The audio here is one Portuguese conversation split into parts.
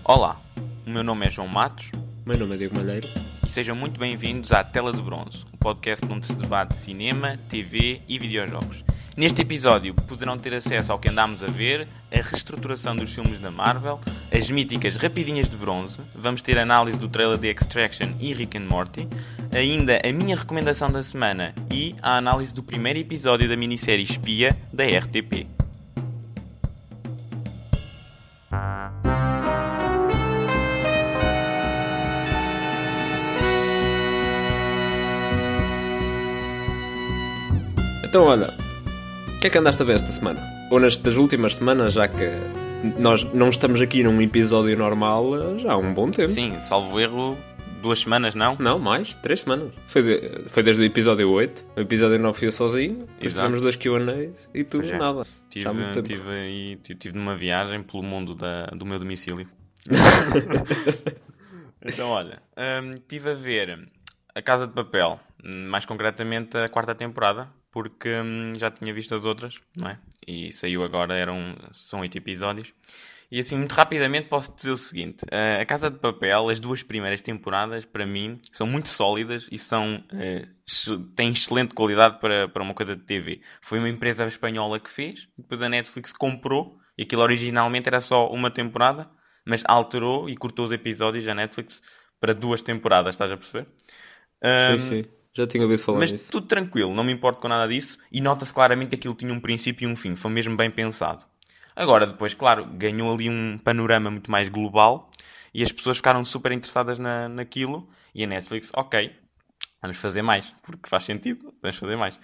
Olá, o meu nome é João Matos. O meu nome é Diego Malheiro. E sejam muito bem-vindos à Tela de Bronze, um podcast onde se debate cinema, TV e videojogos. Neste episódio poderão ter acesso ao que andámos a ver, a reestruturação dos filmes da Marvel, as míticas rapidinhas de bronze, vamos ter análise do trailer de Extraction e Rick and Morty, ainda a minha recomendação da semana e a análise do primeiro episódio da minissérie Espia da RTP. Então olha, o que é que andaste a ver esta semana? Ou das últimas semanas, já que nós não estamos aqui num episódio normal já há um bom tempo. Sim, salvo erro, 2 semanas, não? Não, mais, 3 semanas. Foi desde o episódio 8, o episódio 9 fui eu sozinho, depois tivemos 2 Q&As e tu nada. Tive numa viagem pelo mundo do meu domicílio. Então olha, estive a ver A Casa de Papel, mais concretamente a 4ª temporada, porque já tinha visto as outras, não é? E saiu agora, são 8 episódios. E assim, muito rapidamente posso dizer o seguinte. A Casa de Papel, as 2 primeiras temporadas, para mim, são muito sólidas e têm excelente qualidade para uma coisa de TV. Foi uma empresa espanhola que fez, depois a Netflix comprou, e aquilo originalmente era só uma temporada, mas alterou e cortou os episódios, a Netflix, para 2 temporadas, estás a perceber? Sim. Já tinha ouvido falar mas disso. Mas tudo tranquilo, não me importo com nada disso, e nota-se claramente que aquilo tinha um princípio e um fim, foi mesmo bem pensado. Agora, depois, claro, ganhou ali um panorama muito mais global e as pessoas ficaram super interessadas naquilo. E a Netflix, ok, vamos fazer mais, porque faz sentido, vamos fazer mais.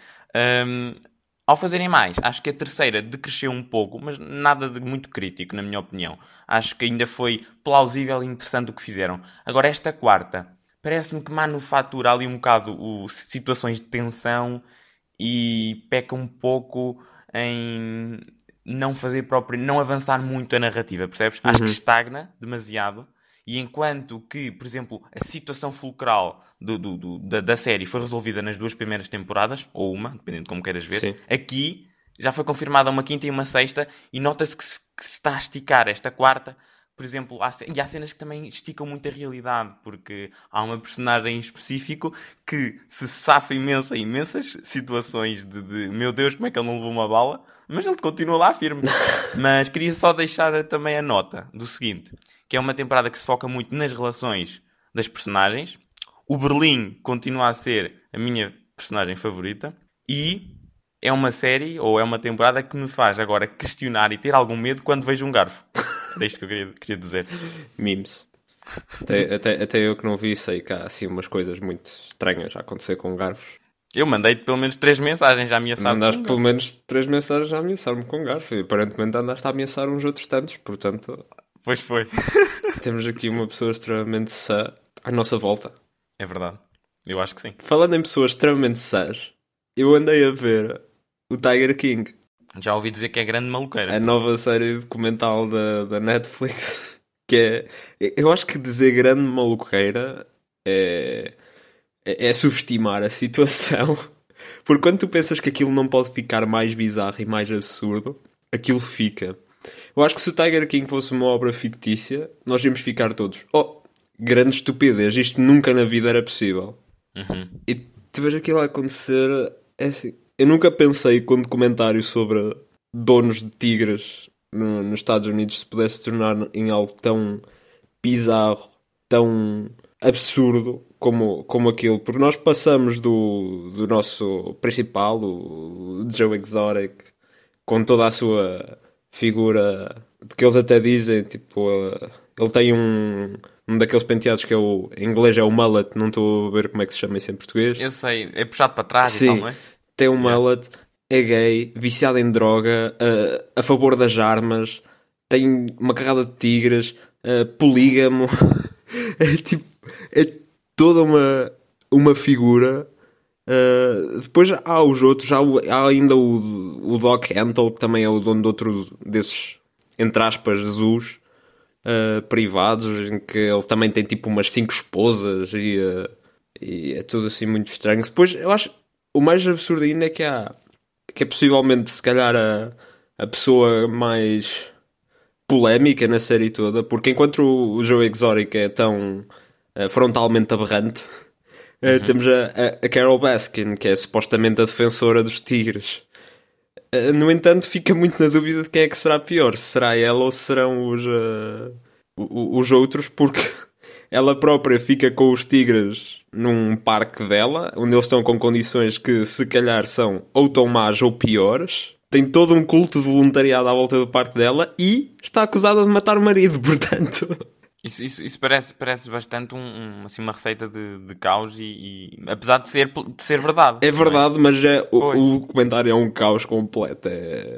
Ao fazerem mais, acho que a terceira decresceu um pouco, mas nada de muito crítico, na minha opinião. Acho que ainda foi plausível e interessante o que fizeram. Agora, esta quarta, parece-me que manufatura ali um bocado situações de tensão e peca um pouco em não avançar muito a narrativa, percebes? Acho que estagna demasiado, e enquanto que, por exemplo, a situação fulcral da série foi resolvida nas 2 primeiras temporadas, ou uma, dependendo de como queiras ver, sim, aqui já foi confirmada uma 5ª e uma 6ª, e nota-se que se está a esticar esta 4ª, por exemplo, há cenas que também esticam muito a realidade, porque há uma personagem em específico que se safa imensas situações de meu Deus, como é que ele não levou uma bala? Mas ele continua lá firme. Mas queria só deixar também a nota do seguinte, que é uma temporada que se foca muito nas relações das personagens. O Berlim continua a ser a minha personagem favorita. E é uma série, ou é uma temporada, que me faz agora questionar e ter algum medo quando vejo um garfo. Era isto que eu queria dizer. Memes. Até eu que não vi, sei que há assim umas coisas muito estranhas a acontecer com garfos. Eu mandei-te pelo menos 3 mensagens a ameaçar-me. Mandaste pelo menos 3 mensagens a ameaçar-me com garfo. E aparentemente andaste a ameaçar uns outros tantos, portanto... Pois foi. Temos aqui uma pessoa extremamente sã à nossa volta. É verdade. Eu acho que sim. Falando em pessoas extremamente sãs, eu andei a ver o Tiger King. Já ouvi dizer que é grande maluqueira. A nova série documental da Netflix. Que é... Eu acho que dizer grande maluqueira é subestimar a situação. Porque quando tu pensas que aquilo não pode ficar mais bizarro e mais absurdo, aquilo fica. Eu acho que se o Tiger King fosse uma obra fictícia, nós íamos ficar todos... Oh, grande estupidez, isto nunca na vida era possível. E tu vês aquilo a acontecer... É assim, eu nunca pensei que um documentário sobre donos de tigres nos Estados Unidos se pudesse tornar em algo tão bizarro, tão absurdo como aquilo. Porque nós passamos do nosso principal, o Joe Exotic, com toda a sua figura, de que eles até dizem, tipo, ele tem um daqueles penteados que em inglês é o mullet, não estou a ver como é que se chama isso em português. Eu sei, é puxado para trás. Sim, e tal, não é? Tem um mullet, é gay, viciado em droga, a favor das armas, tem uma carrada de tigres, polígamo. É toda uma figura. Depois há os outros, há ainda o Doc Antle, que também é o dono de outro desses, entre aspas, zoos privados, em que ele também tem tipo umas 5 esposas e é tudo assim muito estranho. Depois eu acho o mais absurdo ainda é que é possivelmente se calhar a pessoa mais polémica na série toda, porque enquanto o Joe Exotic é tão frontalmente aberrante, temos a Carol Baskin, que é supostamente a defensora dos tigres. No entanto, fica muito na dúvida de quem é que será pior, se será ela ou se serão os outros, porque ela própria fica com os tigres num parque dela, onde eles estão com condições que se calhar são ou tão más ou piores. Tem todo um culto de voluntariado à volta do parque dela e está acusada de matar o marido, portanto... Isso parece bastante assim, uma receita de caos e apesar de ser verdade. É verdade, mas Pois. o comentário é um caos completo.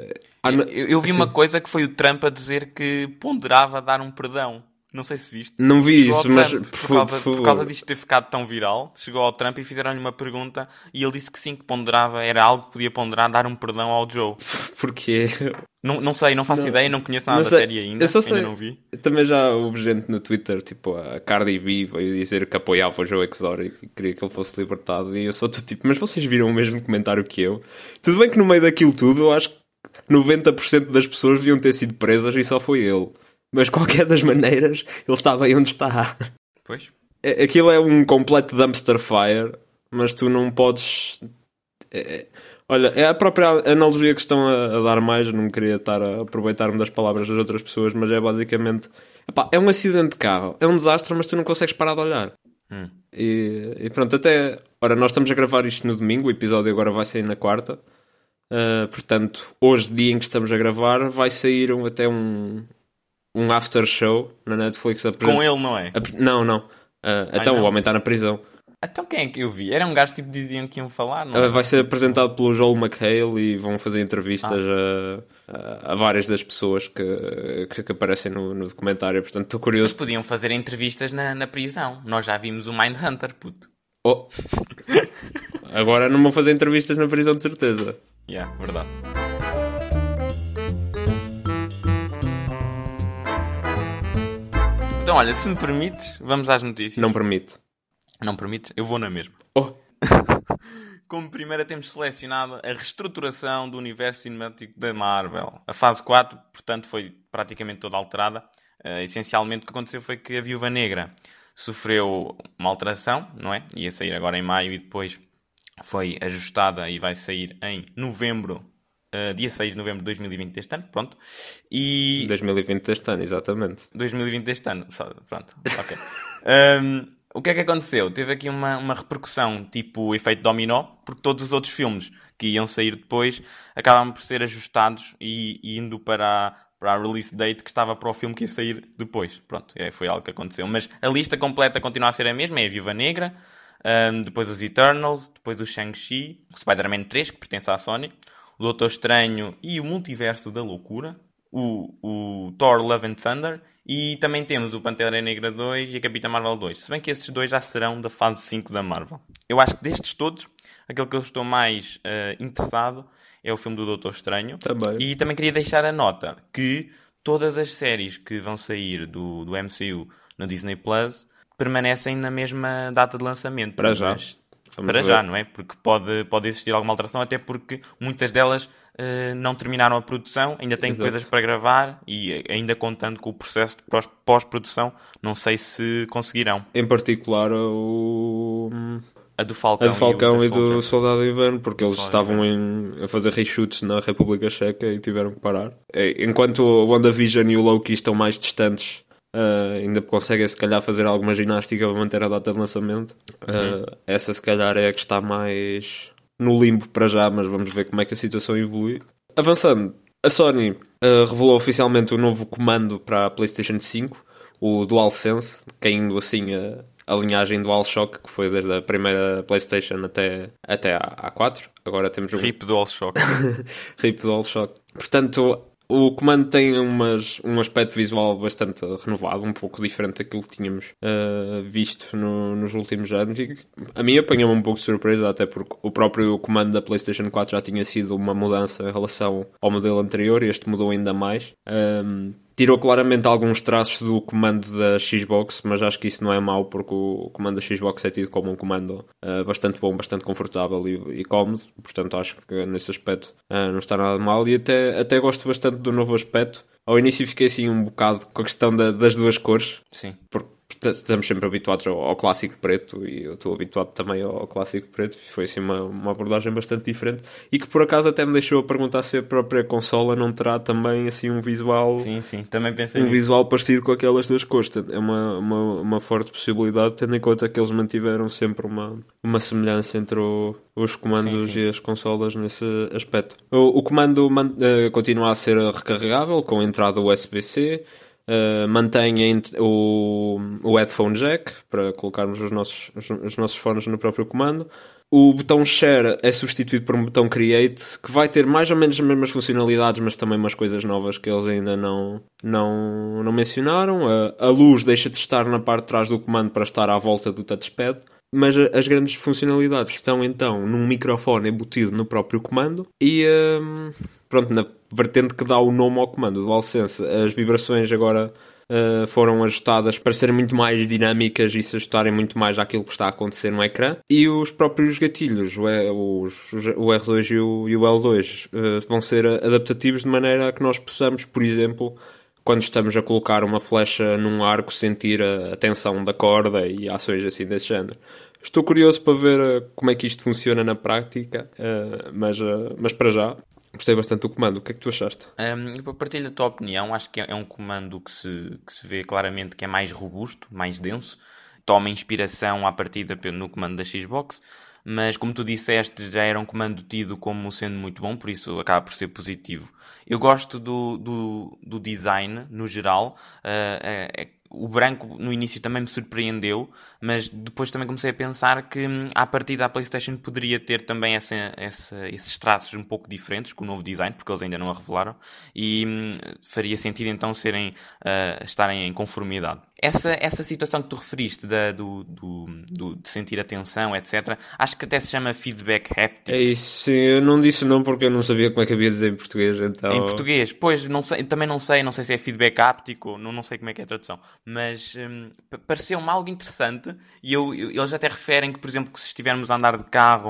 Eu vi uma coisa que foi o Trump a dizer que ponderava dar um perdão. Não sei se viste. Não vi Chegou ao isso, mas... Trump, por causa disto ter ficado tão viral, chegou ao Trump e fizeram-lhe uma pergunta e ele disse que sim, que ponderava, era algo que podia ponderar, dar um perdão ao Joe. Porquê? Não sei, não faço ideia, não conheço nada Não da sei, série ainda, eu só sei. ainda não vi. Também já houve gente no Twitter, tipo a Cardi B veio dizer que apoiava o Joe Exotic e queria que ele fosse libertado. E eu só estou tipo, mas vocês viram o mesmo comentário que eu? Tudo bem que no meio daquilo tudo, eu acho que 90% das pessoas deviam ter sido presas e só foi ele. Mas, qualquer das maneiras, ele está bem onde está. Pois. Aquilo é um completo dumpster fire, mas tu não podes... Olha, é a própria analogia que estão a dar mais, não queria estar a aproveitar-me das palavras das outras pessoas, mas é basicamente... Epá, é um acidente de carro, é um desastre, mas tu não consegues parar de olhar. E pronto, até... Ora, nós estamos a gravar isto no domingo, o episódio agora vai sair na quarta. Portanto, hoje, dia em que estamos a gravar, vai sair até um after show na Netflix. Com ele, não é? Não. Então não. o homem está na prisão. Então quem é que eu vi? Era um gajo tipo diziam que iam falar, não é? Vai ser apresentado pelo Joel McHale e vão fazer entrevistas a várias das pessoas que aparecem no documentário. Portanto, estou Mas curioso. podiam fazer entrevistas na prisão. Nós já vimos o Mindhunter, puto. Oh. Agora não vão fazer entrevistas na prisão, de certeza. Verdade. Então, olha, se me permites, vamos às notícias. Não permite. Não permites? Eu vou na mesma. Oh. Como primeira temos selecionado a reestruturação do universo cinemático da Marvel. A fase 4, portanto, foi praticamente toda alterada. Essencialmente o que aconteceu foi que a Viúva Negra sofreu uma alteração, não é? Ia sair agora em maio e depois foi ajustada e vai sair em novembro, dia 6 de novembro de 2020 deste ano, pronto. E... 2020 deste ano, exatamente. 2020 deste ano, pronto, ok. O que é que aconteceu? Teve aqui uma repercussão tipo efeito dominó, porque todos os outros filmes que iam sair depois acabavam por ser ajustados e indo para a release date que estava para o filme que ia sair depois. Pronto, foi algo que aconteceu. Mas a lista completa continua a ser a mesma, é a Viúva Negra, depois os Eternals, depois o Shang-Chi, o Spider-Man 3, que pertence à Sony, o Doutor Estranho e o Multiverso da Loucura, o Thor Love and Thunder, e também temos o Pantera Negra 2 e a Capitã Marvel 2. Se bem que esses dois já serão da fase 5 da Marvel. Eu acho que destes todos, aquele que eu estou mais interessado é o filme do Doutor Estranho. Também. E também queria deixar a nota que todas as séries que vão sair do MCU no Disney Plus permanecem na mesma data de lançamento. Para já. Para já, não é? Porque pode existir alguma alteração, até porque muitas delas não terminaram a produção, ainda têm coisas para gravar e ainda contando com o processo de pós-produção, não sei se conseguirão. Em particular A do Falcão, a do Falcão e do Soldier. Soldado de Inverno, porque eles Soldado estavam a fazer reshoots na República Checa e tiveram que parar. Enquanto o WandaVision e o Loki estão mais distantes, ainda conseguem se calhar fazer alguma ginástica para manter a data de lançamento. Essa se calhar é a que está mais no limbo para já, mas vamos ver como é que a situação evolui. Avançando, a Sony revelou oficialmente o novo comando para a PlayStation 5, o DualSense, caindo assim a linhagem DualShock, que foi desde a primeira PlayStation até à 4. Agora temos um RIP DualShock. RIP DualShock. Portanto, o comando tem um aspecto visual bastante renovado, um pouco diferente daquilo que tínhamos visto nos últimos anos. E a mim apanhou-me um pouco de surpresa, até porque o próprio comando da PlayStation 4 já tinha sido uma mudança em relação ao modelo anterior e este mudou ainda mais. tirou claramente alguns traços do comando da Xbox, mas acho que isso não é mau, porque o comando da Xbox é tido como um comando bastante bom, bastante confortável e cómodo, portanto acho que nesse aspecto não está nada mal, e até gosto bastante do novo aspecto. Ao início fiquei assim um bocado com a questão das duas cores, Sim. porque estamos sempre habituados ao clássico preto, e eu estou habituado também ao clássico preto. Foi assim uma abordagem bastante diferente, e que por acaso até me deixou a perguntar se a própria consola não terá também assim um visual, Sim, também pensei nisso. visual parecido com aquelas duas cores. É uma forte possibilidade, tendo em conta que eles mantiveram sempre uma semelhança entre os comandos Sim. e as consolas nesse aspecto. O comando continua a ser recarregável com a entrada USB-C. Mantém o headphone jack para colocarmos os nossos fones no próprio comando. O botão Share é substituído por um botão Create, que vai ter mais ou menos as mesmas funcionalidades, mas também umas coisas novas que eles ainda não mencionaram. A luz deixa de estar na parte de trás do comando para estar à volta do touchpad. Mas as grandes funcionalidades estão então num microfone embutido no próprio comando e pronto, na vertente que dá o nome ao comando, o DualSense. As vibrações agora foram ajustadas para serem muito mais dinâmicas e se ajustarem muito mais àquilo que está a acontecer no ecrã. E os próprios gatilhos, o R2 e o L2, vão ser adaptativos de maneira a que nós possamos, por exemplo, quando estamos a colocar uma flecha num arco, sentir a tensão da corda e ações assim desse género. Estou curioso para ver como é que isto funciona na prática, mas para já gostei bastante do comando. O que é que tu achaste? Eu partilho a tua opinião. Acho que é um comando que se vê claramente que é mais robusto, mais denso. Toma inspiração à partida no comando da Xbox. Mas, como tu disseste, já era um comando tido como sendo muito bom, por isso acaba por ser positivo. Eu gosto do design, no geral. O branco no início também me surpreendeu, mas depois também comecei a pensar que à partida a PlayStation poderia ter também esses traços um pouco diferentes com o novo design, porque eles ainda não a revelaram, e faria sentido então estarem em conformidade. Essa situação que tu referiste de sentir a tensão, etc., acho que até se chama feedback haptic. É isso, sim, eu não disse não porque eu não sabia como é que havia de dizer em português, então... Em português, pois, também não sei se é feedback áptico, não sei como é que é a tradução, mas pareceu-me algo interessante, e eles até referem que, por exemplo, que se estivermos a andar de carro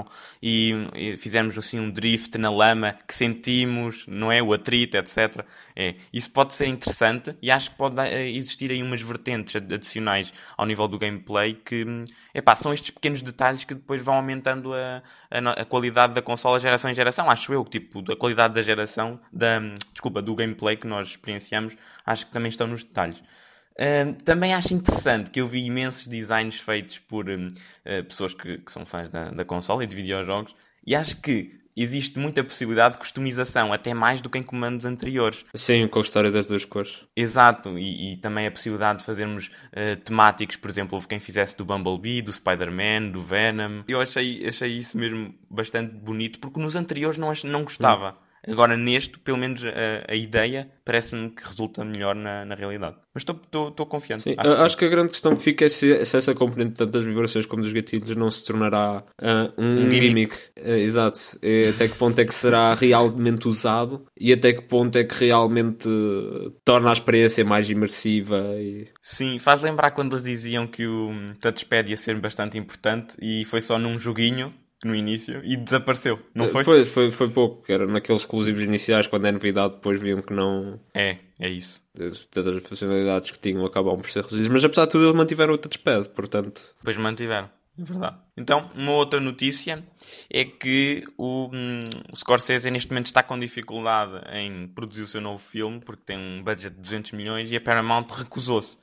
e fizermos assim um drift na lama, que sentimos, não é, o atrito, etc. Isso pode ser interessante, e acho que pode existir aí umas vertentes adicionais ao nível do gameplay que, são estes pequenos detalhes que depois vão aumentando a qualidade da consola geração em geração. Acho eu que a qualidade da geração, do gameplay que nós experienciamos, acho que também estão nos detalhes. Também acho interessante que eu vi imensos designs feitos por pessoas que são fãs da consola e de videojogos, e acho que existe muita possibilidade de customização, até mais do que em comandos anteriores. Sim, com a história das duas cores. Exato, e também a possibilidade de fazermos temáticos, por exemplo, houve quem fizesse do Bumblebee, do Spider-Man, do Venom. Eu achei isso mesmo bastante bonito, porque nos anteriores não gostava. Agora neste, pelo menos a ideia parece-me que resulta melhor na realidade. Mas estou confiante. Sim, acho que a grande questão que fica é se essa componente tanto das vibrações como dos gatilhos não se tornará um gimmick. Exato. E até que ponto é que será realmente usado e até que ponto é que realmente torna a experiência mais imersiva. Sim, faz lembrar quando eles diziam que o touchpad ia ser bastante importante e foi só num joguinho no início e desapareceu, não foi? Pois, foi pouco, que era naqueles exclusivos iniciais, quando é novidade, depois viam que não... É isso. Todas as funcionalidades que tinham acabam por ser reduzidas, mas apesar de tudo eles mantiveram o touchpad, portanto... Pois mantiveram, é verdade. Então, uma outra notícia é que o Scorsese neste momento está com dificuldade em produzir o seu novo filme, porque tem um budget de 200 milhões e a Paramount recusou-se.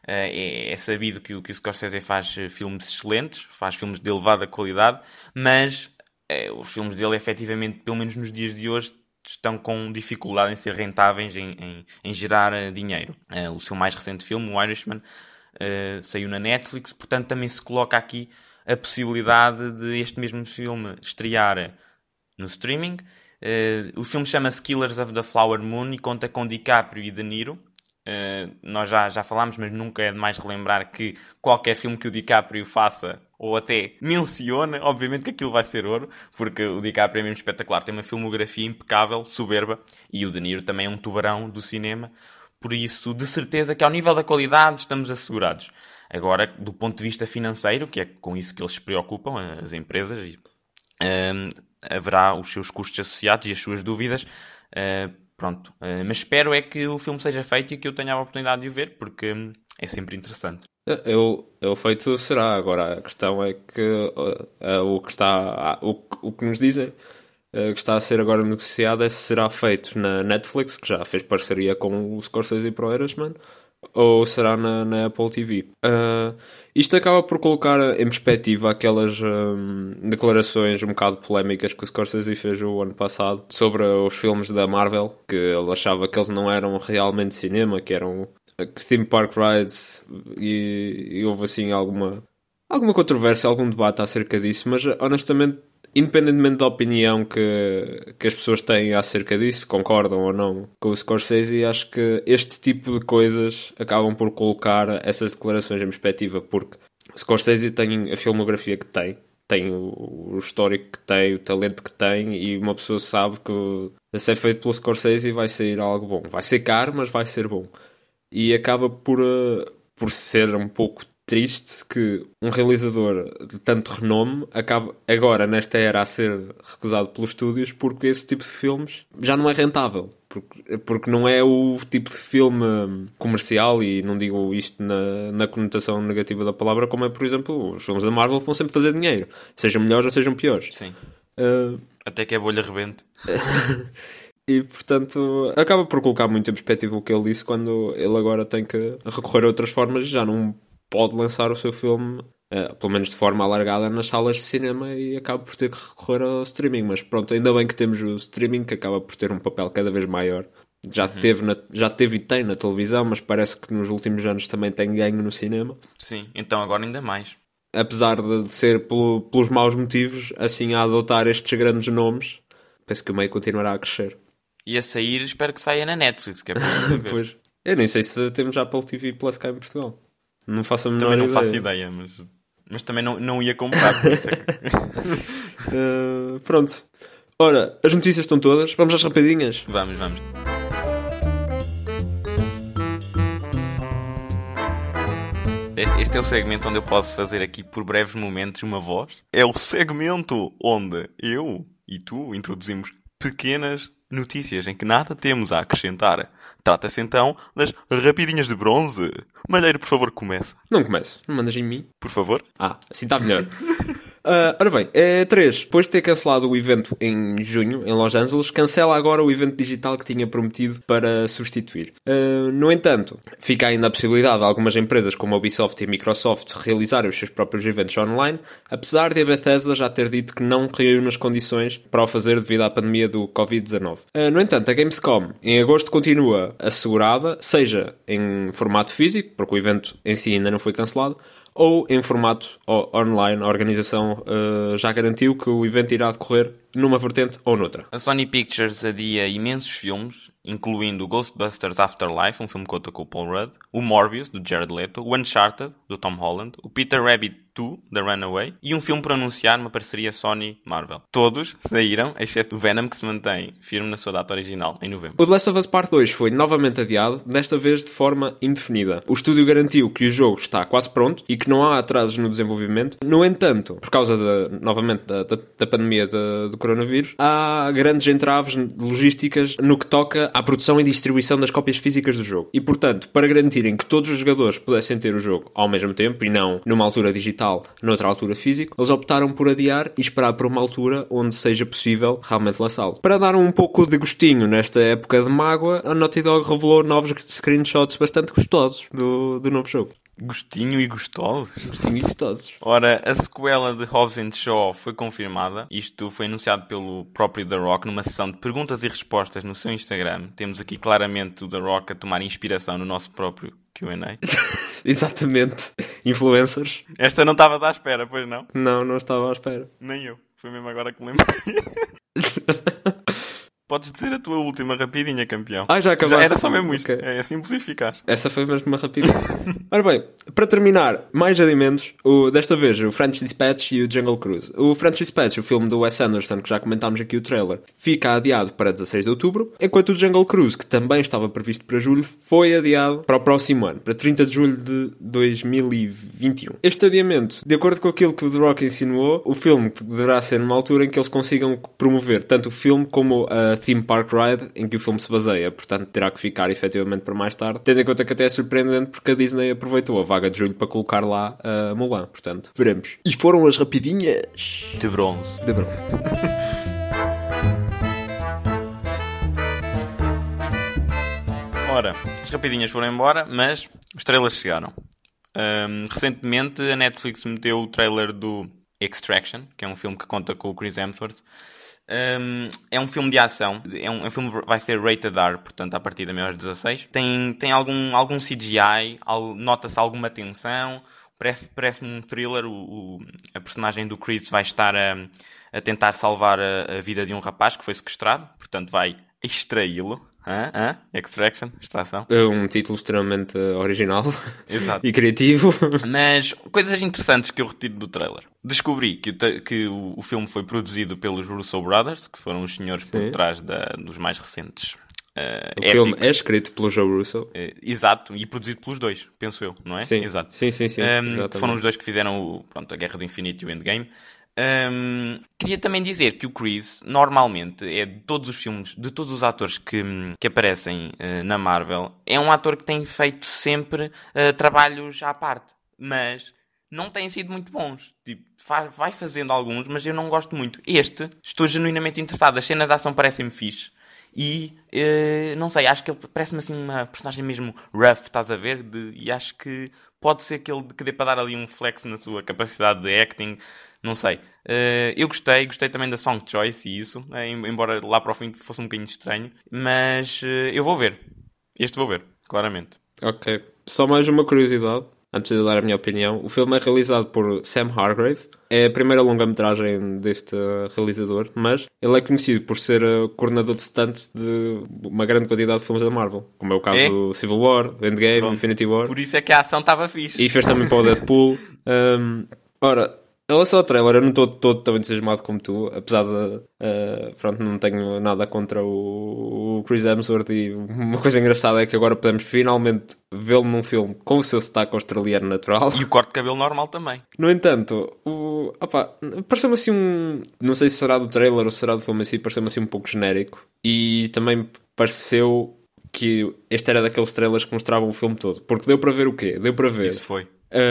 É sabido que o Scorsese faz filmes excelentes, faz filmes de elevada qualidade, mas os filmes dele, efetivamente, pelo menos nos dias de hoje, estão com dificuldade em ser rentáveis, em gerar dinheiro. O seu mais recente filme, o Irishman, saiu na Netflix, portanto também se coloca aqui a possibilidade de este mesmo filme estrear no streaming. O filme chama-se Killers of the Flower Moon e conta com DiCaprio e De Niro. Nós já falámos, mas nunca é demais relembrar que qualquer filme que o DiCaprio faça ou até mencione, obviamente que aquilo vai ser ouro, porque o DiCaprio é mesmo espetacular, tem uma filmografia impecável, soberba, e o De Niro também é um tubarão do cinema, por isso, de certeza que ao nível da qualidade estamos assegurados. Agora, do ponto de vista financeiro, que é com isso que eles se preocupam, as empresas, haverá os seus custos associados e as suas dúvidas. Pronto. Mas espero é que o filme seja feito e que eu tenha a oportunidade de o ver, porque é sempre interessante. Ele feito será. Agora, a questão é que o que nos dizem que está a ser agora negociado é se será feito na Netflix, que já fez parceria com o Scorsese para o Irishman, ou será na Apple TV. Isto acaba por colocar em perspectiva aquelas declarações um bocado polémicas que o Scorsese fez o ano passado sobre os filmes da Marvel, que ele achava que eles não eram realmente cinema, que eram theme park rides, e houve assim alguma controvérsia, algum debate acerca disso, mas honestamente, independentemente da opinião que as pessoas têm acerca disso, concordam ou não com o Scorsese, acho que este tipo de coisas acabam por colocar essas declarações em perspectiva, porque o Scorsese tem a filmografia que tem o histórico que tem, o talento que tem, e uma pessoa sabe que se é feito pelo Scorsese vai sair algo bom. Vai ser caro, mas vai ser bom. E acaba por ser um pouco triste que um realizador de tanto renome acaba agora, nesta era, a ser recusado pelos estúdios porque esse tipo de filmes já não é rentável. Porque não é o tipo de filme comercial, e não digo isto na conotação negativa da palavra, como é, por exemplo, os filmes da Marvel vão sempre fazer dinheiro. Sejam melhores ou sejam piores. Sim. Até que a bolha rebente. E, portanto, acaba por colocar muito em perspectiva o que ele disse quando ele agora tem que recorrer a outras formas e já não pode lançar o seu filme, pelo menos de forma alargada, nas salas de cinema, e acaba por ter que recorrer ao streaming. Mas pronto, ainda bem que temos o streaming, que acaba por ter um papel cada vez maior. Já teve e tem na televisão, mas parece que nos últimos anos também tem ganho no cinema. Sim, então agora ainda mais. Apesar de ser pelos maus motivos, assim, a adotar estes grandes nomes, penso que o meio continuará a crescer. E a sair, espero que saia na Netflix, que é para ver. Pois. Eu nem sei se temos já Apple TV Plus cá em Portugal. Não faço a menor Também não ideia. faço ideia, mas também não ia comprar. Por isso é que... Pronto. Ora, as notícias estão todas. Vamos às rapidinhas? Vamos. Este é o segmento onde eu posso fazer aqui por breves momentos uma voz. É o segmento onde eu e tu introduzimos pequenas notícias em que nada temos a acrescentar. Trata-se então das rapidinhas de bronze. Malheiro, por favor, começa. Não começo. Não mandas em mim? Por favor. Assim está melhor. Ora bem, 3. Depois de ter cancelado o evento em junho, em Los Angeles, cancela agora o evento digital que tinha prometido para substituir. No entanto, fica ainda a possibilidade de algumas empresas como a Ubisoft e a Microsoft realizarem os seus próprios eventos online, apesar de a Bethesda já ter dito que não reúne as condições para o fazer devido à pandemia do Covid-19. No entanto, a Gamescom em agosto continua assegurada, seja em formato físico, porque o evento em si ainda não foi cancelado, ou em formato online. A organização já garantiu que o evento irá decorrer numa vertente ou noutra. A Sony Pictures adia imensos filmes, incluindo o Ghostbusters Afterlife, um filme que conta com o Paul Rudd, o Morbius, do Jared Leto, o Uncharted, do Tom Holland, o Peter Rabbit 2, da Runaway, e um filme para anunciar uma parceria Sony-Marvel. Todos saíram, exceto o Venom, que se mantém firme na sua data original, em novembro. O The Last of Us Part 2 foi novamente adiado, desta vez de forma indefinida. O estúdio garantiu que o jogo está quase pronto e que não há atrasos no desenvolvimento. No entanto, por causa novamente da pandemia do coronavírus, há grandes entraves logísticas no que toca à produção e distribuição das cópias físicas do jogo. E, portanto, para garantirem que todos os jogadores pudessem ter o jogo ao mesmo tempo e não numa altura digital, noutra altura físico, eles optaram por adiar e esperar por uma altura onde seja possível realmente lançá-lo. Para dar um pouco de gostinho nesta época de mágoa, a Naughty Dog revelou novos screenshots bastante gostosos do novo jogo. Gostinho e gostosos? Gostinho e gostosos. Ora, a sequela de Hobbs & Shaw foi confirmada. Isto foi anunciado pelo próprio The Rock numa sessão de perguntas e respostas no seu Instagram. Temos aqui claramente o The Rock a tomar inspiração no nosso próprio Q&A. Exatamente. Influencers. Esta não estava à espera, pois não? Não estava à espera. Nem eu. Foi mesmo agora que me lembrei. Podes dizer a tua última rapidinha, campeão. Já acabaste. Era só mesmo isto. Okay. É simplificar. Essa foi mesmo uma rapidinha. Ora bem, para terminar, mais adimentos, desta vez o French Dispatch e o Jungle Cruise. O French Dispatch, o filme do Wes Anderson, que já comentámos aqui o trailer, fica adiado para 16 de outubro, enquanto o Jungle Cruise, que também estava previsto para julho, foi adiado para o próximo ano, para 30 de julho de 2021. Este adiamento, de acordo com aquilo que o The Rock insinuou, o filme deverá ser numa altura em que eles consigam promover tanto o filme como a Theme Park Ride em que o filme se baseia, portanto terá que ficar efetivamente para mais tarde, tendo em conta que até é surpreendente porque a Disney aproveitou a vaga de julho para colocar lá a Mulan, portanto, veremos. E foram as rapidinhas de bronze. Ora, as rapidinhas foram embora, mas os trailers chegaram. Recentemente a Netflix meteu o trailer do Extraction, que é um filme que conta com o Chris Hemsworth. É um filme de ação, é um filme que vai ser rated R, portanto a partir da maior de 16. Tem algum CGI, nota-se alguma tensão, parece-me um thriller. A personagem do Chris vai estar a tentar salvar a vida de um rapaz que foi sequestrado, portanto vai extraí-lo. Extraction, extração. É um título extremamente original. Exato. E criativo. Mas coisas interessantes que eu retiro do trailer. Descobri que o filme foi produzido pelos Russo Brothers, que foram os senhores por trás dos mais recentes. O filme é escrito pelo Joe Russo. Exato, e produzido pelos dois, penso eu, não é? Sim, exato. Sim. Foram os dois que fizeram a Guerra do Infinito e o Endgame. Queria também dizer que o Chris, normalmente, é de todos os filmes, de todos os atores que aparecem na Marvel, é um ator que tem feito sempre trabalhos à parte, mas não têm sido muito bons. Tipo, vai fazendo alguns, mas eu não gosto muito. Estou genuinamente interessado. As cenas de ação parecem-me fixe. E, não sei, acho que ele parece-me assim uma personagem mesmo rough, estás a ver? E acho que pode ser que dê para dar ali um flex na sua capacidade de acting. Não sei. Eu gostei também da Song Choice e isso, embora lá para o fim fosse um bocadinho estranho. Mas eu vou ver. Vou ver, claramente. Ok. Só mais uma curiosidade, antes de dar a minha opinião. O filme é realizado por Sam Hargrave. É a primeira longa-metragem deste realizador, mas ele é conhecido por ser coordenador de stunts de uma grande quantidade de filmes da Marvel, como é o caso do Civil War, Endgame, Infinity War. Por isso é que a ação estava fixe. E fez também para o Deadpool. Ora, em relação ao trailer, eu não estou todo tão entusiasmado como tu, apesar de, não tenho nada contra o Chris Hemsworth, e uma coisa engraçada é que agora podemos finalmente vê-lo num filme com o seu sotaque australiano natural. E o corte de cabelo normal também. No entanto, pareceu-me assim não sei se será do trailer ou se será do filme assim, pareceu-me assim um pouco genérico, e também pareceu que este era daqueles trailers que mostravam o filme todo, porque deu para ver o quê? Deu para ver... Isso foi.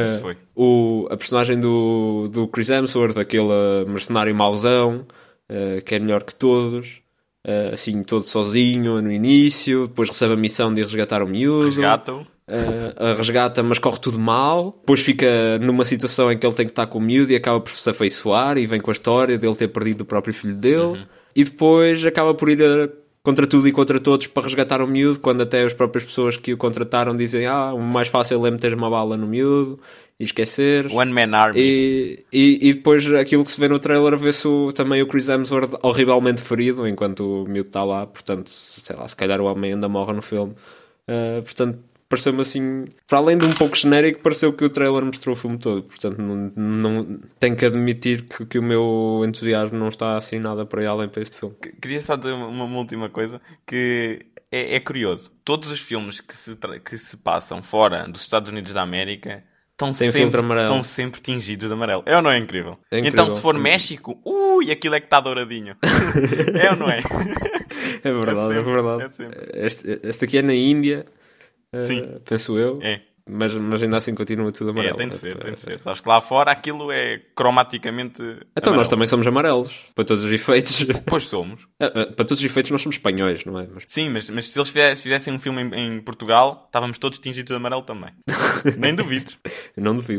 A personagem do Chris Hemsworth, aquele mercenário mauzão, que é melhor que todos, assim, todo sozinho no início, depois recebe a missão de ir resgatar o miúdo. Resgata, mas corre tudo mal. Depois fica numa situação em que ele tem que estar com o miúdo e acaba por se afeiçoar, e vem com a história dele ter perdido o próprio filho dele. E depois acaba por ir contra tudo e contra todos para resgatar o miúdo, quando até as próprias pessoas que o contrataram dizem o mais fácil é meter uma bala no miúdo e esquecer. One Man Army. E depois aquilo que se vê no trailer, vê-se também o Chris Hemsworth horrivelmente ferido enquanto o miúdo está lá, portanto, sei lá, se calhar o homem ainda morre no filme. Portanto, pareceu-me assim, para além de um pouco genérico, pareceu que o trailer mostrou o filme todo. Portanto, não tenho que admitir que o meu entusiasmo não está assim nada para ir além para este filme. Queria só dizer uma última coisa, que é curioso. Todos os filmes que se passam fora dos Estados Unidos da América estão sempre tingidos de amarelo. É ou não é incrível? É incrível. Então, se for México, aquilo é que está douradinho. É ou não é? É verdade, é verdade. Este aqui é na Índia. Sim. Penso eu. É. Mas ainda assim continua tudo amarelo. Tem de ser. Sabes que lá fora aquilo é cromaticamente então amarelo. Nós também somos amarelos, para todos os efeitos. Pois somos. Para todos os efeitos nós somos espanhóis, não é? Sim, mas se eles fizessem um filme em Portugal, estávamos todos tingidos de amarelo também. Nem duvido. Eu não duvido.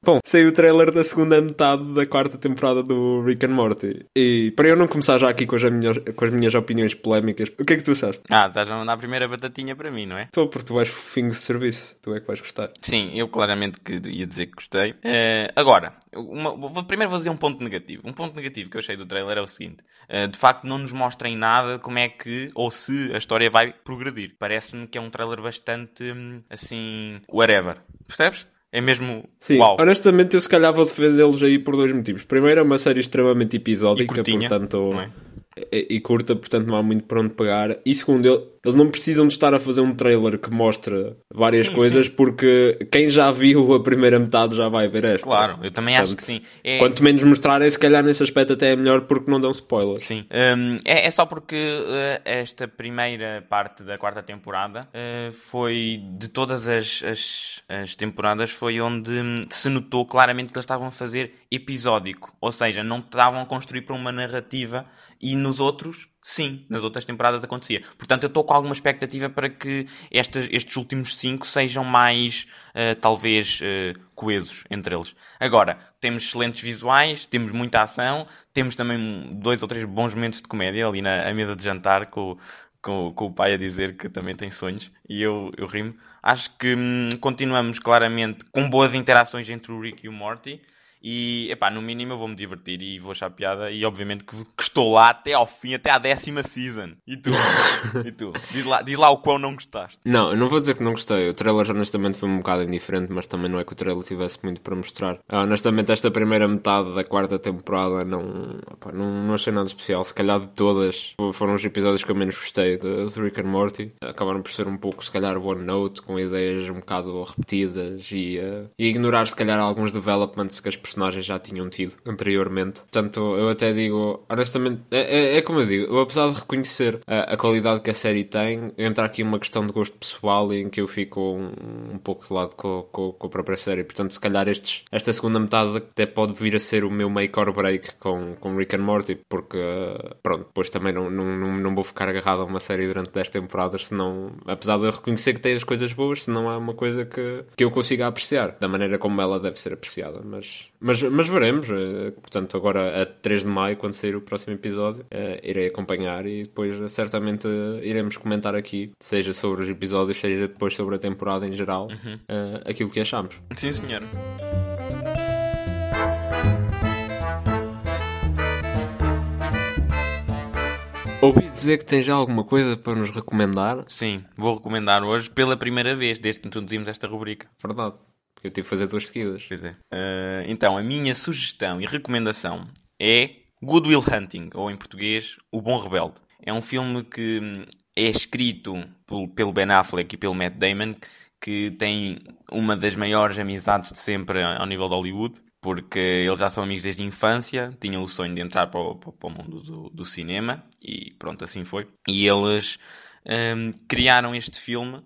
Bom, saiu o trailer da segunda metade da quarta temporada do Rick and Morty. E para eu não começar já aqui com as minhas opiniões polémicas, o que é que tu achaste? Estás a mandar a primeira batatinha para mim, não é? Estou, porque tu és fofinho de serviço. Tu é que vais gostar. Sim, eu claramente que ia dizer que gostei. Agora, primeiro vou dizer um ponto negativo. Um ponto negativo que eu achei do trailer é o seguinte. De facto, não nos mostra em nada como é que, ou se a história vai progredir. Parece-me que é um trailer bastante, assim, whatever. Percebes? É mesmo Sim, uau. honestamente eu se calhar vou defendê-los aí por dois motivos. Primeiro é uma série extremamente episódica, curtinha, portanto... não é? E curta, portanto não há muito para onde pegar. E segundo, eles não precisam de estar a fazer um trailer que mostra várias coisas, porque quem já viu a primeira metade já vai ver esta. Claro, eu também acho que sim. Quanto menos mostrarem, se calhar nesse aspecto até é melhor, porque não dão spoilers. Sim, é só porque esta primeira parte da quarta temporada foi, de todas as temporadas, foi onde se notou claramente que eles estavam a fazer episódico. Ou seja, não estavam a construir para uma narrativa, e nos outros, sim, nas outras temporadas acontecia. Portanto, eu estou com alguma expectativa para que estes últimos 5 sejam mais, talvez, coesos entre eles. Agora, temos excelentes visuais, temos muita ação, temos também 2 ou 3 bons momentos de comédia ali à mesa de jantar com o pai a dizer que também tem sonhos, e eu rimo. Acho que continuamos claramente com boas interações entre o Rick e o Morty. E, epá, no mínimo eu vou-me divertir e vou achar piada. E obviamente que estou lá até ao fim, até à 10ª season. E tu? E tu? Diz lá o quão não gostaste. Não, eu não vou dizer que não gostei. O trailer honestamente foi um bocado indiferente, mas também não é que o trailer tivesse muito para mostrar. Honestamente esta primeira metade da quarta temporada não achei nada especial. Se calhar de todas foram os episódios que eu menos gostei de Rick and Morty. Acabaram por ser um pouco, se calhar, One Note, com ideias um bocado repetidas e ignorar se calhar alguns developments que as personagens já tinham tido anteriormente. Portanto, eu até digo, honestamente, é como eu digo, eu apesar de reconhecer a qualidade que a série tem, entra aqui uma questão de gosto pessoal em que eu fico um pouco de lado com a própria série. Portanto, se calhar esta segunda metade até pode vir a ser o meu make or break com Rick and Morty, porque pronto, depois também não vou ficar agarrado a uma série durante 10 temporadas, senão, apesar de eu reconhecer que tem as coisas boas, senão é uma coisa que eu consiga apreciar da maneira como ela deve ser apreciada, mas veremos. Portanto, agora a 3 de maio, quando sair o próximo episódio, irei acompanhar e depois certamente iremos comentar aqui, seja sobre os episódios, seja depois sobre a temporada em geral, aquilo que achamos. Sim, senhor. Ouvi dizer que tens já alguma coisa para nos recomendar? Sim, vou recomendar hoje pela primeira vez, desde que introduzimos esta rubrica. Verdade. Eu tive que fazer 2 seguidas. Pois é. Então, a minha sugestão e recomendação é Good Will Hunting, ou em português, O Bom Rebelde. É um filme que é escrito pelo Ben Affleck e pelo Matt Damon, que tem uma das maiores amizades de sempre ao nível de Hollywood, porque eles já são amigos desde a infância, tinham o sonho de entrar para o mundo do cinema, e pronto, assim foi. E eles criaram este filme,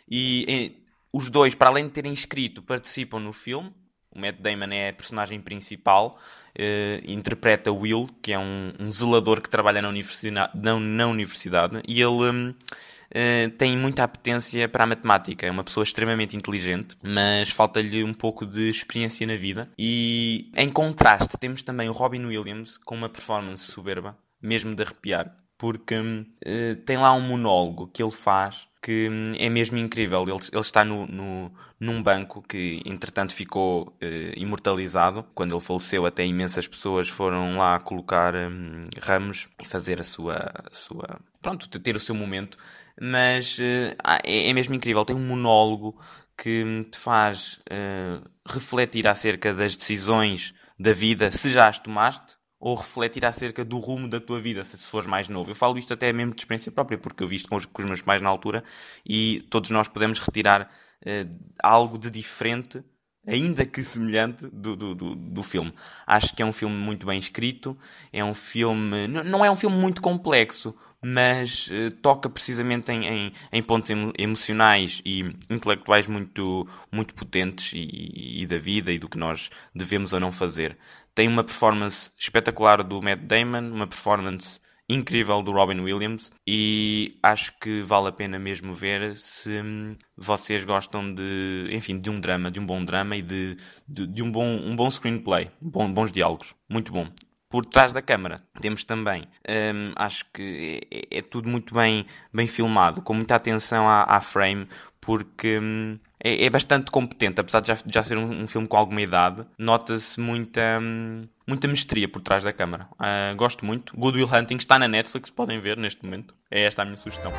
e os dois, para além de terem escrito, participam no filme. O Matt Damon é a personagem principal, interpreta Will, que é um zelador que trabalha na universidade, e ele tem muita apetência para a matemática. É uma pessoa extremamente inteligente, mas falta-lhe um pouco de experiência na vida. E, em contraste, temos também o Robin Williams com uma performance soberba, mesmo de arrepiar, porque tem lá um monólogo que ele faz que é mesmo incrível. Ele está num banco que, entretanto, ficou imortalizado. Quando ele faleceu, até imensas pessoas foram lá colocar ramos e fazer a sua... Pronto, ter o seu momento. Mas é mesmo incrível. Tem um monólogo que te faz refletir acerca das decisões da vida, se já as tomaste, ou refletir acerca do rumo da tua vida, se fores mais novo. Eu falo isto até mesmo de experiência própria, porque eu vi isto com os meus pais na altura, e todos nós podemos retirar algo de diferente, ainda que semelhante, do filme. Acho que é um filme muito bem escrito, é um filme... Não é um filme muito complexo, mas toca precisamente em pontos emocionais e intelectuais muito, muito potentes e da vida e do que nós devemos ou não fazer. Tem uma performance espetacular do Matt Damon, uma performance incrível do Robin Williams e acho que vale a pena mesmo ver se vocês gostam de um drama, de um bom drama e de um bom screenplay, bons diálogos, muito bom. Por trás da câmara temos também, acho que é tudo muito bem filmado, com muita atenção à frame, porque é bastante competente, apesar de já ser um filme com alguma idade, nota-se muita mestria por trás da câmara. Gosto muito. Good Will Hunting está na Netflix, podem ver neste momento. É esta a minha sugestão.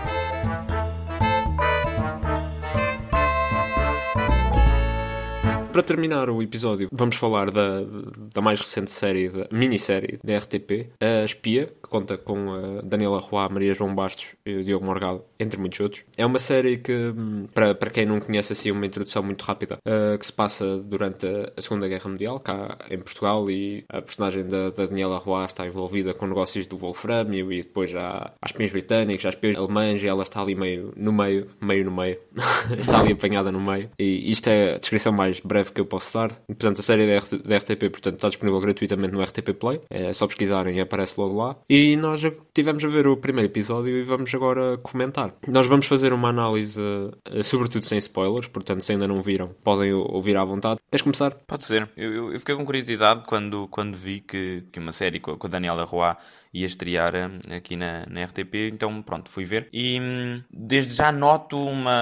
Para terminar o episódio, vamos falar da mais recente minissérie da RTP, A Espia, que conta com a Daniela Roy, Maria João Bastos e o Diogo Morgado, entre muitos outros. É uma série que, para quem não conhece assim, uma introdução muito rápida, que se passa durante a Segunda Guerra Mundial, cá em Portugal, e a personagem da Daniela Roy está envolvida com negócios do wolframio e depois já há espiões britânicos, há espiões alemães, e ela está ali meio no meio. Está ali apanhada no meio. E isto é a descrição mais breve que eu posso dar. Portanto, a série da RTP, portanto, está disponível gratuitamente no RTP Play. É só pesquisarem e aparece logo lá. E nós tivemos a ver o primeiro episódio e vamos agora comentar. Nós vamos fazer uma análise, sobretudo sem spoilers, portanto, se ainda não viram, podem ouvir à vontade. Queres começar? Pode ser. Eu fiquei com curiosidade quando vi que uma série com a Daniela Roy ia estrear aqui na RTP, então pronto, fui ver. E desde já noto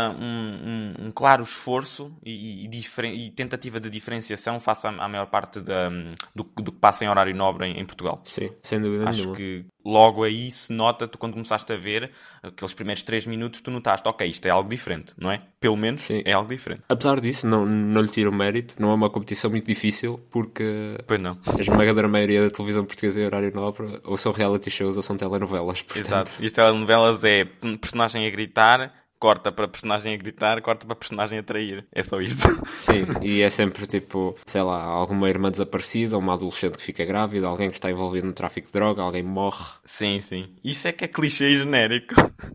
um claro esforço e tentativa de diferenciação face à maior parte do que passa em horário nobre em Portugal. Sim, sem dúvida Acho nenhuma. que logo aí se nota, tu quando começaste a ver, aqueles primeiros 3 minutos, tu notaste, ok, isto é algo diferente, não é? Pelo menos Sim. é algo diferente. Apesar disso, não lhe tiro o mérito, não é uma competição muito difícil, porque Pois não. a esmagadora maioria da televisão portuguesa em horário nobre ou são reality shows ou são telenovelas. Portanto... Exato. E as telenovelas é personagem a gritar, corta para personagem a gritar, corta para personagem a trair. É só isto. Sim, e é sempre tipo, sei lá, alguma irmã desaparecida, uma adolescente que fica grávida, alguém que está envolvido no tráfico de droga, alguém morre. Sim. Isso é que é clichê e genérico.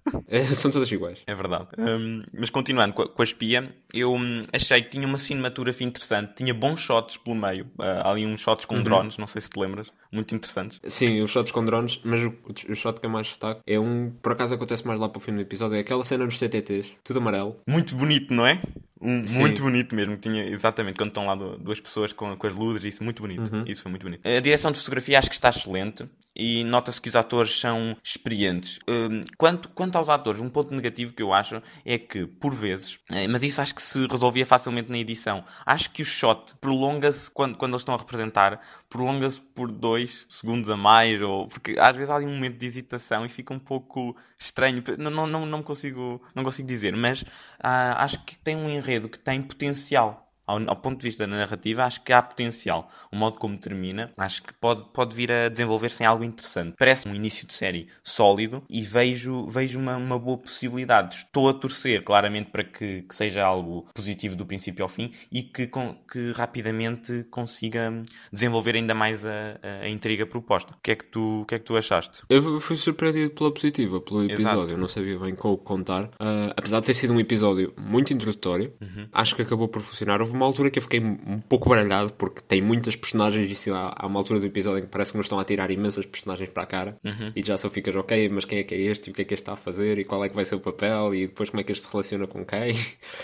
São todas iguais. É verdade. Mas continuando com a espia, eu achei que tinha uma cinematografia interessante, tinha bons shots pelo meio. Há ali uns shots com drones, não sei se te lembras, muito interessantes. Sim, os shots com drones, mas o shot que eu mais destaco é por acaso acontece mais lá para o fim do episódio, é aquela cena dos CTTs, tudo amarelo. Muito bonito, não é? Sim. Muito bonito mesmo. Tinha, exatamente, quando estão lá duas pessoas com as luzes, isso muito bonito. Isso foi muito bonito. A direção de fotografia acho que está excelente e nota-se que os atores são experientes. Quanto aos atores, um ponto negativo que eu acho é que, por vezes, mas isso acho que se resolvia facilmente na edição, acho que o shot prolonga-se quando eles estão a representar, prolonga-se por 2 segundos a mais, porque às vezes há ali um momento de hesitação e fica um pouco estranho. Não consigo dizer, mas acho que tem um enredo que tem potencial. Ao ponto de vista da narrativa, acho que há potencial. O modo como termina, acho que pode vir a desenvolver-se em algo interessante. Parece um início de série sólido e vejo uma boa possibilidade. Estou a torcer, claramente, para que seja algo positivo do princípio ao fim e que rapidamente consiga desenvolver ainda mais a intriga proposta. O que é que tu achaste? Eu fui surpreendido pela positiva, pelo episódio. Exato. Eu não sabia bem como contar. Apesar de ter sido um episódio muito introdutório, acho que acabou por funcionar. Houve uma altura que eu fiquei um pouco baralhado, porque tem muitas personagens e assim, há uma altura do episódio em que parece que nos estão a tirar imensas personagens para a cara e já só ficas, ok, mas quem é que é este? E o que é que este está a fazer? E qual é que vai ser o papel? E depois como é que este se relaciona com quem?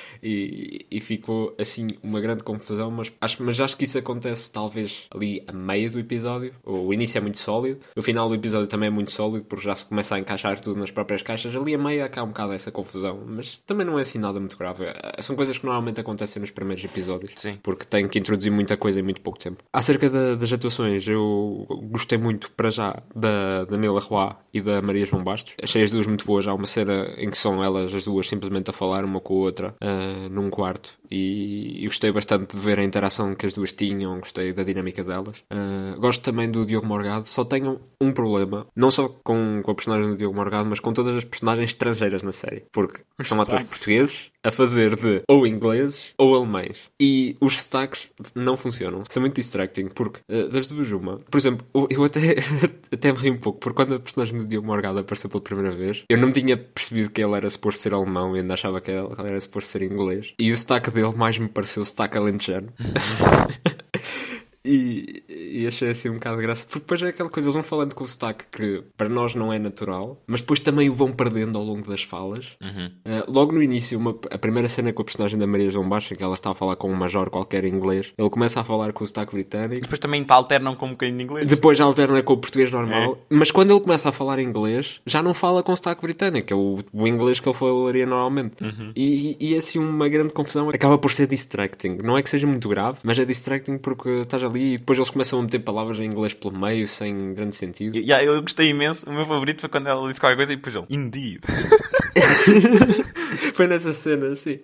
E ficou assim uma grande confusão, mas acho que isso acontece talvez ali a meio do episódio. O início é muito sólido, o final do episódio também é muito sólido, porque já se começa a encaixar tudo nas próprias caixas. Ali a meio há um bocado essa confusão, mas também não é assim nada muito grave. São coisas que normalmente acontecem nos primeiros episódios. Sim. Porque tem que introduzir muita coisa em muito pouco tempo. Acerca das atuações, eu gostei muito para já da Daniela Roy e da Maria João Bastos. Achei as duas muito boas. Há uma cena em que são elas as duas simplesmente a falar uma com a outra num quarto e gostei bastante de ver a interação que as duas tinham, gostei da dinâmica delas. Gosto também do Diogo Morgado, só tenho um problema, não só com a personagem do Diogo Morgado, mas com todas as personagens estrangeiras na série, porque são atores portugueses a fazer de ou ingleses ou alemães. E os sotaques não funcionam. São muito distracting, porque das duas uma. Por exemplo, eu até me ri um pouco, porque quando a personagem do Diogo Morgado apareceu pela primeira vez, eu não tinha percebido que ele era suposto ser alemão e ainda achava que ele era suposto ser inglês. E o sotaque dele mais me pareceu o sotaque alentejano. E e achei assim um bocado de graça. Porque depois é aquela coisa, eles vão falando com o sotaque que para nós não é natural, mas depois também o vão perdendo ao longo das falas. Logo no início, a primeira cena com a personagem da Maria João Baixa, que ela está a falar com um major qualquer em inglês, ele começa a falar com o sotaque britânico. Depois também alternam com um bocadinho de inglês. Depois alterna com o português normal. Mas quando ele começa a falar inglês, já não fala com sotaque britânico, é o inglês que ele falaria normalmente. E assim uma grande confusão. Acaba por ser distracting. Não é que seja muito grave, mas é distracting porque estás ali e depois eles começam a meter palavras em inglês pelo meio, sem grande sentido. Eu gostei imenso. O meu favorito foi quando ela disse qualquer coisa e depois ele, indeed. Foi nessa cena, sim.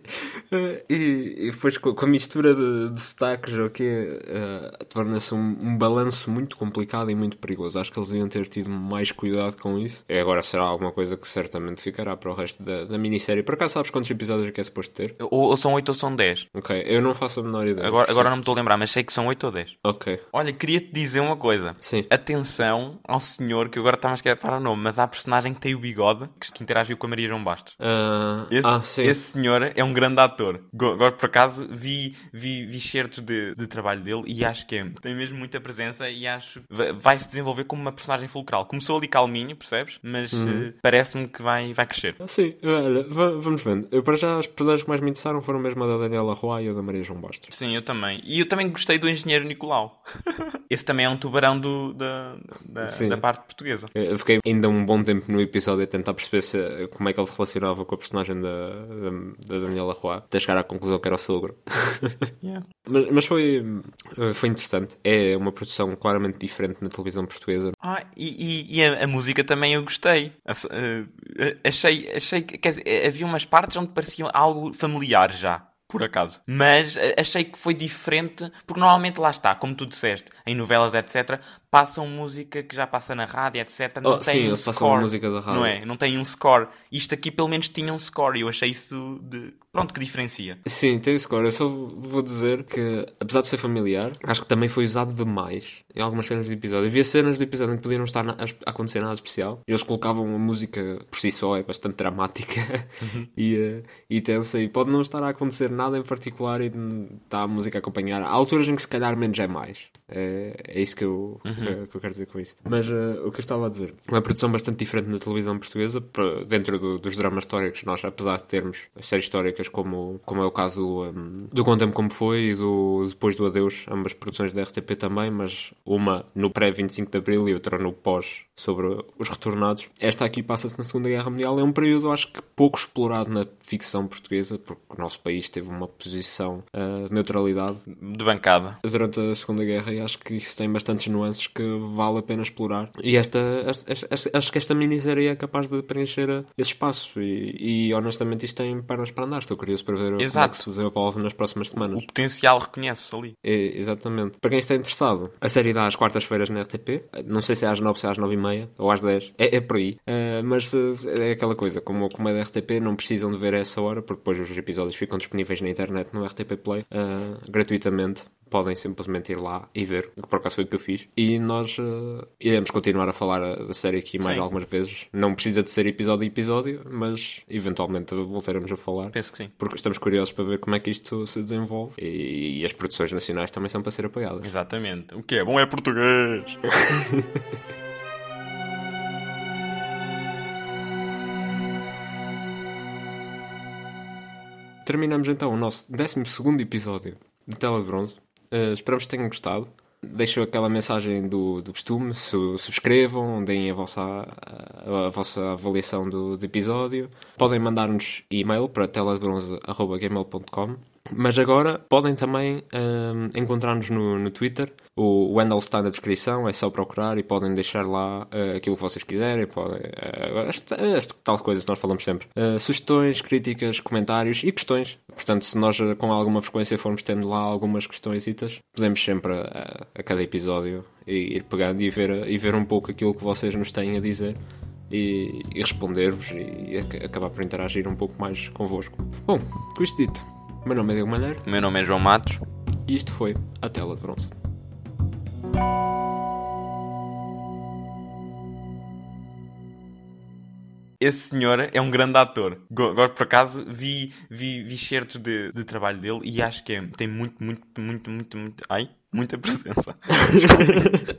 E depois com a mistura de sotaques, torna-se um balanço muito complicado e muito perigoso. Acho que eles deviam ter tido mais cuidado com isso. E agora será alguma coisa que certamente ficará para o resto da minissérie. Por acaso sabes quantos episódios é que é suposto ter? Ou são 8 ou são 10. Ok, eu não faço a menor ideia. Agora não me estou a lembrar, mas sei que são 8 ou 10. Ok. Olha, queria-te dizer uma coisa. Sim. Atenção ao senhor, que agora estava a esquecer para o nome, mas há a personagem que tem o bigode, que interagiu com a Maria João Bastos. Sim. Esse senhor é um grande ator. Agora, por acaso, vi certos de trabalho dele e acho que tem mesmo muita presença e acho que vai se desenvolver como uma personagem fulcral. Começou ali calminho, percebes? Mas parece-me que vai crescer. Sim, olha, vamos vendo. Eu, para já, as personagens que mais me interessaram foram mesmo a da Daniela Roy e a da Maria João Bastos. Sim, eu também. E eu também gostei do Engenheiro Nicolau. Esse também é um tubarão da parte portuguesa. Eu fiquei ainda um bom tempo no episódio a tentar perceber como é que ele se relacionava com a personagem da Daniela Roy, até chegar à conclusão que era o sogro. Yeah. Mas foi interessante. É uma produção claramente diferente na televisão portuguesa. E a música também eu gostei. Achei que, quer dizer, havia umas partes onde parecia algo familiar já. Por acaso. Mas achei que foi diferente, porque normalmente lá está, como tu disseste, em novelas, etc., passam música que já passa na rádio, etc. Não tem um score. Passam a música da rádio. Não é? Não tem um score. Isto aqui pelo menos tinha um score e eu achei isso que diferencia. Sim, tem o score. Eu só vou dizer que, apesar de ser familiar, acho que também foi usado demais em algumas cenas do episódio. Havia cenas do episódio em que podiam estar a acontecer nada especial. Eles colocavam a música por si só, é bastante dramática e tensa, e pode não estar a acontecer nada em particular e está a música a acompanhar. Há alturas em que se calhar menos é mais. É isso que eu quero dizer com isso. Mas o que eu estava a dizer, uma produção bastante diferente na televisão portuguesa, dentro dos dramas históricos. Nós, apesar de termos as séries históricas como é o caso do Conta-me Como Foi e do Depois do Adeus, ambas produções da RTP também, mas uma no pré-25 de Abril e outra no pós, sobre os retornados. Esta aqui passa-se na Segunda Guerra Mundial. É um período, acho que, pouco explorado na ficção portuguesa, porque o nosso país teve uma posição de neutralidade de bancada durante a Segunda Guerra, e acho que isso tem bastantes nuances que vale a pena explorar. E acho que esta minissérie é capaz de preencher esse espaço e honestamente isto tem pernas para andar. Estou curioso para ver como é que se desenvolve nas próximas semanas. O potencial reconhece-se ali. Exatamente. Para quem está interessado, a série dá às quartas-feiras na RTP. Não sei se é às 9, se é às 9h30 ou às 10. É por aí. Mas é aquela coisa, como é da RTP, não precisam de ver a essa hora, porque depois os episódios ficam disponíveis na internet no RTP Play gratuitamente. Podem simplesmente ir lá e ver, que por acaso foi o que eu fiz. E nós iremos continuar a falar da série aqui mais algumas vezes. Não precisa de ser episódio a episódio, mas eventualmente voltaremos a falar. Penso que sim. Porque estamos curiosos para ver como é que isto se desenvolve. E as produções nacionais também são para ser apoiadas. Exatamente. O que é bom é português. Terminamos então o nosso 12º episódio de Tela de Bronze. Esperamos que tenham gostado. Deixo aquela mensagem do costume. Subscrevam, deem a vossa avaliação do episódio. Podem mandar-nos e-mail para teladebronze@gmail.com. Mas agora podem também encontrar-nos no Twitter. O handle está na descrição, é só procurar e podem deixar lá aquilo que vocês quiserem. Esta tal coisa que nós falamos sempre. Sugestões, críticas, comentários e questões. Portanto, se nós com alguma frequência formos tendo lá algumas questõesitas, podemos sempre a cada episódio ir pegando e ver um pouco aquilo que vocês nos têm a dizer. E responder-vos e acabar por interagir um pouco mais convosco. Bom, com isto dito, o meu nome é Diego Malheiro. O meu nome é João Matos. E isto foi a Tela de Bronze. Esse senhor é um grande ator. Agora, por acaso, vi certos de trabalho dele e acho que tem muito... Ai, Muita presença. Desculpa.